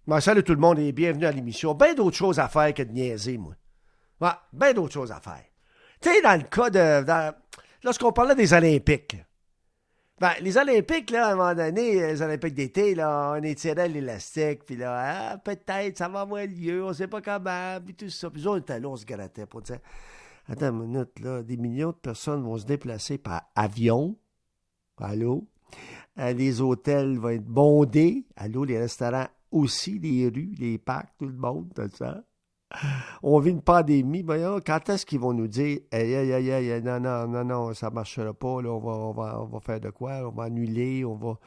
Ben, salut tout le monde et bienvenue à l'émission. Ben d'autres choses à faire que de niaiser, moi. Ouais, ben d'autres choses à faire. Tu sais, dans le cas lorsqu'on parlait des Olympiques. Ben, les Olympiques, là, à un moment donné, les Olympiques d'été, là, on étirait l'élastique, puis là, ah, peut-être, ça va avoir lieu, on sait pas comment, puis tout ça. Puis on était là, on se grattait pour dire, attends une minute, là, des millions de personnes vont se déplacer par avion. Allô? Les hôtels vont être bondés. Allô, les restaurants aussi, les rues, les parcs, tout le monde, tout ça. On vit une pandémie. Voyons, quand est-ce qu'ils vont nous dire aïe, aïe, aïe, aïe, non, non, non, non, ça ne marchera pas, là, on va faire de quoi? On va annuler,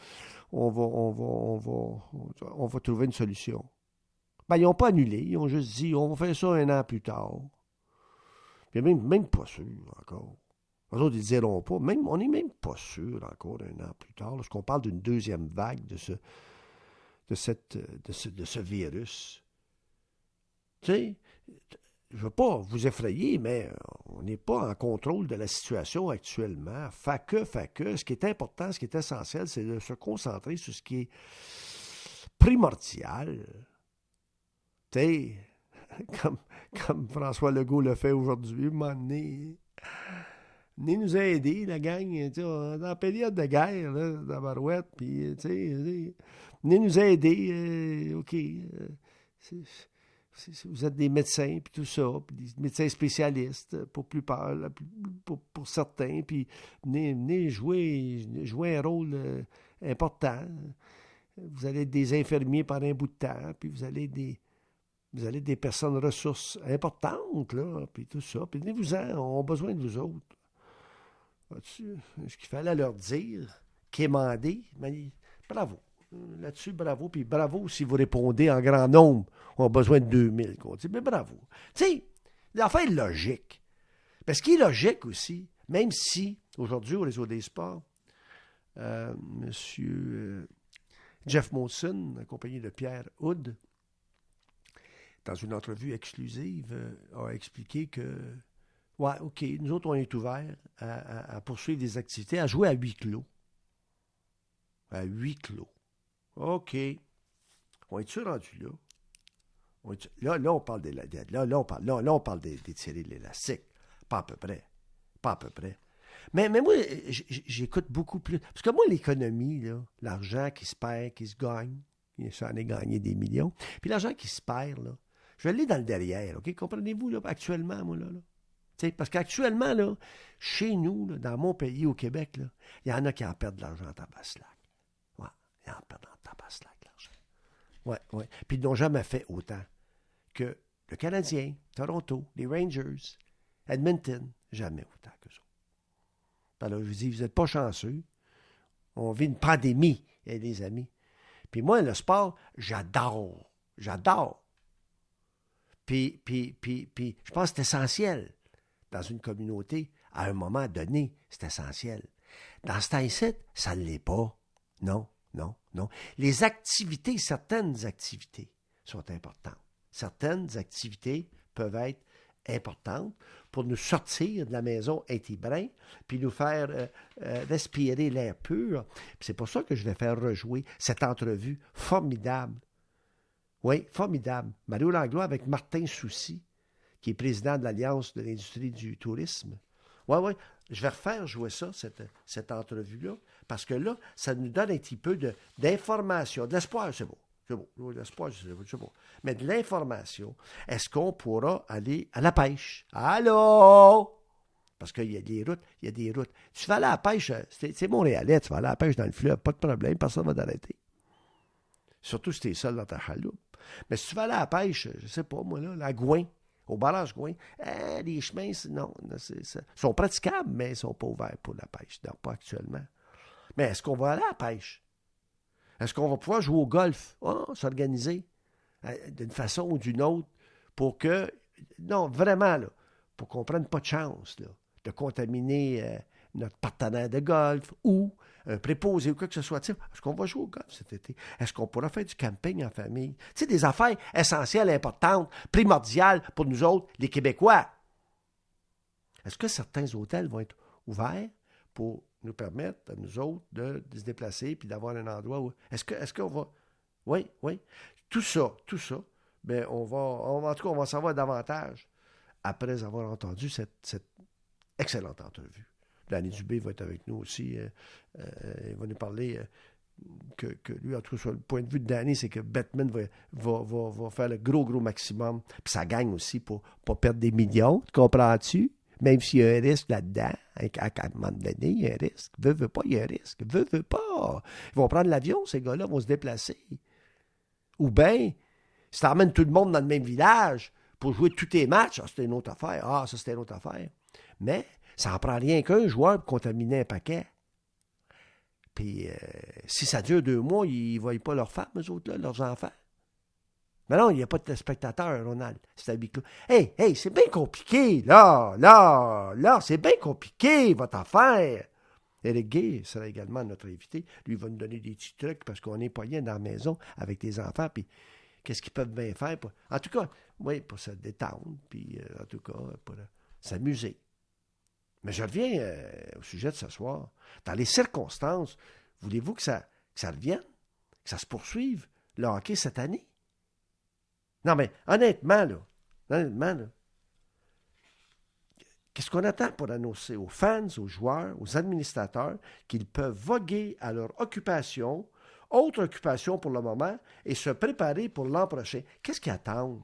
on va trouver une solution. Ben, ils n'ont pas annulé, ils ont juste dit on va faire ça un an plus tard. Puis même pas sûr encore. Les autres, ils ne diront pas. Même, on n'est même pas sûr encore un an plus tard, lorsqu'on parle d'une deuxième vague de ce virus. Tu sais, je ne veux pas vous effrayer, mais on n'est pas en contrôle de la situation actuellement. Fait que, ce qui est important, ce qui est essentiel, c'est de se concentrer sur ce qui est primordial. Tu sais, comme François Legault le fait aujourd'hui, à un moment donné, venez nous aider, la gang, tu sais, dans la période de guerre, là, dans la barouette, puis, tu sais, venez nous aider, OK, vous êtes des médecins, puis tout ça, puis des médecins spécialistes, pour plupart, pour certains, puis venez jouer un rôle important. Vous allez être des infirmiers par un bout de temps, puis vous allez être des personnes ressources importantes, là, puis tout ça, puis venez-vous-en, on a besoin de vous autres. Ce qu'il fallait leur dire, quémander, mais bravo. Là-dessus, bravo. Puis bravo si vous répondez en grand nombre. On a besoin de 2000. Mais bravo. Tu sais, l'affaire est logique. Parce qu'il est logique aussi, même si, aujourd'hui, au réseau des sports, M. Jeff Molson, accompagné de Pierre Hood, dans une entrevue exclusive, a expliqué que ouais, OK, nous autres, on est ouverts à poursuivre des activités, à jouer à huis clos. À huis clos. OK. On est-tu rendu là? Là, on parle là, on parle d'étirer l'élastique. Pas à peu près. Pas à peu près. Mais moi, j'écoute beaucoup plus. Parce que moi, l'économie, là, l'argent qui se perd, qui se gagne, ça en est gagné des millions. Puis l'argent qui se perd, là, je l'ai dans le derrière, OK? Comprenez-vous, là, actuellement, moi, là? T'sais, parce qu'actuellement, là, chez nous, là, dans mon pays, au Québec, il y en a qui en perdent de l'argent en tabaslac. Ouais, ils en perdent en tabaslac, l'argent. Ouais, ouais. Puis ils n'ont jamais fait autant que le Canadien, Toronto, les Rangers, Edmonton, jamais autant que ça. Alors, je vous dis, vous n'êtes pas chanceux. On vit une pandémie, les amis. Puis moi, le sport, j'adore. J'adore. Puis, je pense que c'est essentiel. Dans une communauté, à un moment donné, c'est essentiel. Dans ce temps-ci, ça ne l'est pas. Non, non, non. Les activités, certaines activités sont importantes. Certaines activités peuvent être importantes pour nous sortir de la maison intibrin, puis nous faire respirer l'air pur. Puis c'est pour ça que je vais faire rejouer cette entrevue formidable. Oui, formidable. Mario Langlois avec Martin Soucy, qui est président de l'Alliance de l'industrie du tourisme. Oui, je vais refaire jouer ça, cette entrevue-là, parce que là, ça nous donne un petit peu d'information. De l'espoir, c'est beau. C'est beau. L'espoir, c'est beau. Mais de l'information, est-ce qu'on pourra aller à la pêche? Allô? Parce qu'il y a des routes. Tu vas aller à la pêche, c'est Montréalais, tu vas aller à la pêche dans le fleuve, pas de problème, personne ne va t'arrêter. Surtout si tu es seul dans ta chaloupe. Mais si tu vas aller à la pêche, je sais pas, moi, là, à Gouin, au barrage Gouin, les chemins, sont praticables, mais ils ne sont pas ouverts pour la pêche. Non, pas actuellement. Mais est-ce qu'on va aller à la pêche? Est-ce qu'on va pouvoir jouer au golf? S'organiser d'une façon ou d'une autre pour que... Non, vraiment, là, pour qu'on ne prenne pas de chance là, de contaminer notre partenaire de golf ou un préposé ou quoi que ce soit. Est-ce qu'on va jouer au golf cet été? Est-ce qu'on pourra faire du camping en famille? Tu sais, des affaires essentielles, importantes, primordiales pour nous autres, les Québécois. Est-ce que certains hôtels vont être ouverts pour nous permettre, à nous autres, de se déplacer puis d'avoir un endroit où... Est-ce qu'on va... Oui. Tout ça, ben en tout cas, on va en savoir davantage après avoir entendu cette excellente entrevue. Danny Dubé va être avec nous aussi. Il va nous parler que lui, en tout cas, sur le point de vue de Danny, c'est que Bettman va faire le gros maximum. Puis ça gagne aussi pour pas perdre des millions, comprends-tu? Même s'il y a un risque là-dedans, à un moment donné, il y a un risque. Veut pas, il y a un risque. Veut pas. Ils vont prendre l'avion, ces gars-là, vont se déplacer. Ou bien, si tu emmènes tout le monde dans le même village pour jouer tous tes matchs, c'est une autre affaire. Ça, c'était une autre affaire. Mais ça n'en prend rien qu'un joueur pour contaminer un paquet. Puis, si ça dure 2 mois, ils ne voient pas leurs femmes, eux autres, là, leurs enfants. Mais non, il n'y a pas de spectateurs, Ronald. C'est à huis clos. Hey, c'est bien compliqué, là, c'est bien compliqué, votre affaire. Éric Gay sera également notre invité. Lui, il va nous donner des petits trucs parce qu'on est poignés dans la maison avec des enfants, puis qu'est-ce qu'ils peuvent bien faire. En tout cas, oui, pour se détendre, puis en tout cas, pour s'amuser. Mais je reviens au sujet de ce soir. Dans les circonstances, voulez-vous que ça revienne, que ça se poursuive, le hockey cette année? Non, mais honnêtement, qu'est-ce qu'on attend pour annoncer aux fans, aux joueurs, aux administrateurs qu'ils peuvent voguer à leur occupation, autre occupation pour le moment, et se préparer pour l'an prochain? Qu'est-ce qu'ils attendent?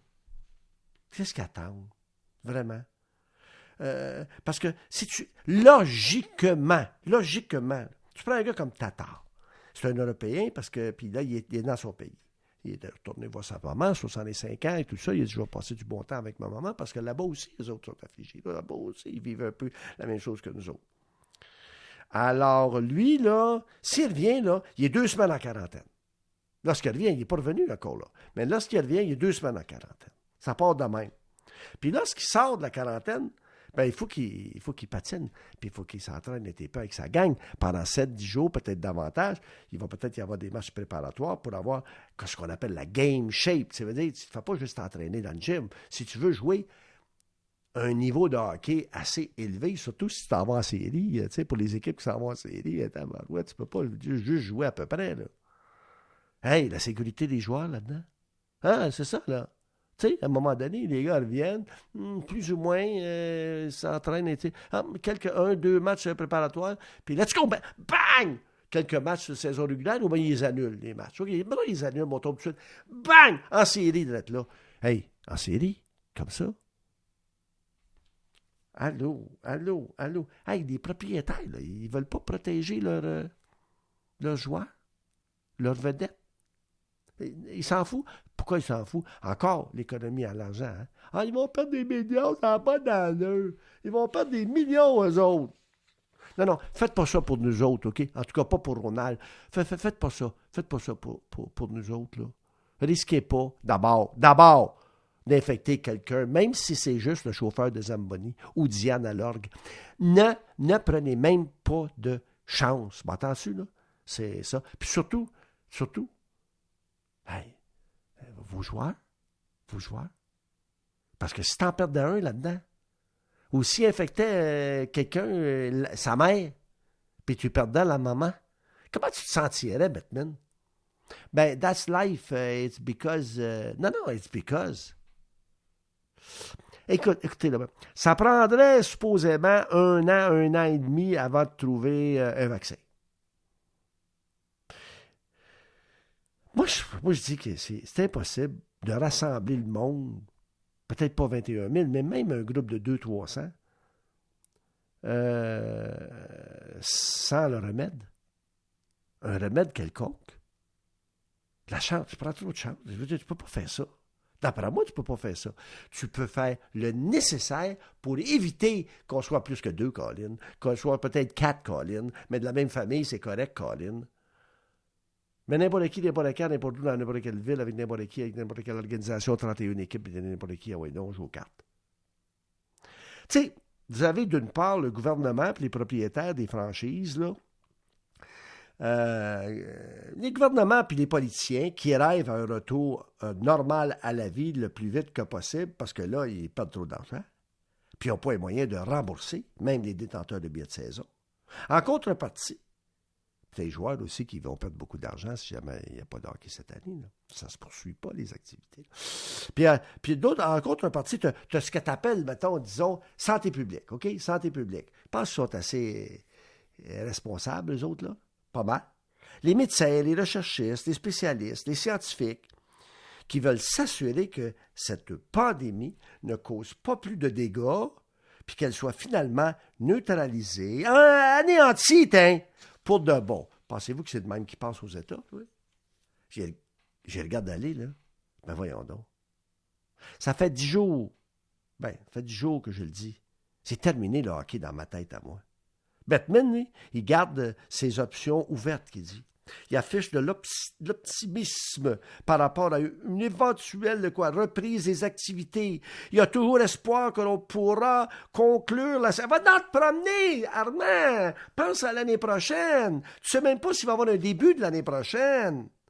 Vraiment? Parce que si tu... Logiquement, tu prends un gars comme Tatar. C'est un Européen parce que... Puis là, il est dans son pays. Il est retourné voir sa maman, 65 ans et tout ça. Il a dit, je vais passer du bon temps avec ma maman parce que là-bas aussi, les autres sont affligés. Là-bas aussi, ils vivent un peu la même chose que nous autres. Alors, lui, là, s'il revient, là, il est 2 semaines en quarantaine. Lorsqu'il revient, il n'est pas revenu encore là. Mais lorsqu'il revient, il est 2 semaines en quarantaine. Ça part de même. Puis lorsqu'il sort de la quarantaine, ben, il faut qu'il patine, puis il faut qu'il s'entraîne un peu avec sa gang pendant 7-10 jours, peut-être davantage. Il va peut-être y avoir des matchs préparatoires pour avoir ce qu'on appelle la game shape. Ça veut dire, tu ne fais pas juste t'entraîner dans le gym. Si tu veux jouer un niveau de hockey assez élevé, surtout si tu t'en vas en série, tu sais, pour les équipes qui s'en vont en série, tu ne peux pas juste jouer à peu près, là. Hey, la sécurité des joueurs là-dedans. C'est ça, là. Tu sais, à un moment donné, les gars reviennent, plus ou moins, s'entraînent, 1-2 matchs préparatoires, puis let's go, bang! Quelques matchs de saison régulière, ou bien ils les annulent, les matchs. OK, maintenant, ils les annulent, on tombe tout de suite, bang! En série, d'être là. Hey, en série, comme ça. Allô. Hey, les propriétaires, là, ils veulent pas protéger leurs joueurs, leurs vedettes. Il s'en fout. Pourquoi il s'en fout? Encore, l'économie à l'argent. Hein? Ils vont perdre des millions, ça n'a pas d'allure. Ils vont perdre des millions, eux autres. Non, faites pas ça pour nous autres, OK? En tout cas, pas pour Ronald. Faites pas ça. Faites pas ça pour nous autres, là. Risquez pas, d'abord, d'infecter quelqu'un, même si c'est juste le chauffeur de Zamboni ou Diane à l'orgue. Ne prenez même pas de chance. M'entends-tu, là? C'est ça. Puis surtout, hey, vos joueurs. Parce que si t'en perdais un là-dedans, ou si infectait quelqu'un, sa mère, puis tu perdais la maman, comment tu te sentirais, Bettman? Ben, that's life. It's because... Non, it's because... Écoutez, là, ça prendrait supposément 1 an et demi avant de trouver un vaccin. Moi, je dis que c'est impossible de rassembler le monde, peut-être pas 21 000, mais même un groupe de 200-300, sans le remède. Un remède quelconque. La chance, tu prends trop de chance. Je veux dire, tu ne peux pas faire ça. D'après moi, tu ne peux pas faire ça. Tu peux faire le nécessaire pour éviter qu'on soit plus que 2, Colin, qu'on soit peut-être 4, Colin, mais de la même famille, c'est correct, Colin. Mais n'importe qui, n'importe quand, n'importe où, dans n'importe quelle ville, avec n'importe qui, avec n'importe quelle organisation, 31 équipes, et n'importe qui, non, on joue aux cartes. Tu sais, vous avez d'une part le gouvernement et les propriétaires des franchises, là, les gouvernements et les politiciens qui rêvent à un retour normal à la vie le plus vite que possible, parce que là, ils perdent trop d'argent, puis ils n'ont pas les moyens de rembourser, même les détenteurs de billets de saison. En contrepartie, Les joueurs aussi qui vont perdre beaucoup d'argent si jamais il n'y a pas de hockey cette année. Là. Ça ne se poursuit pas, les activités. Puis d'autres, en contrepartie, tu as ce que tu appelles, mettons, disons, santé publique, OK? Santé publique. Je pense qu'ils sont assez responsables, les autres, là. Pas mal. Les médecins, les recherchistes, les spécialistes, les scientifiques, qui veulent s'assurer que cette pandémie ne cause pas plus de dégâts, puis qu'elle soit finalement neutralisée, anéantie, pour de bon. Pensez-vous que c'est de même qui pense aux États, oui? J'ai regardé aller, là. Ben voyons donc. Ça fait 10 jours. Ça fait 10 jours que je le dis. C'est terminé le hockey dans ma tête à moi. Bettman, il garde ses options ouvertes, qu'il dit. Il affiche de l'optimisme par rapport à une éventuelle reprise des activités. Il y a toujours espoir que l'on pourra conclure la... Va donc te promener, Armand! Pense à l'année prochaine. Tu sais même pas s'il va y avoir un début de l'année prochaine.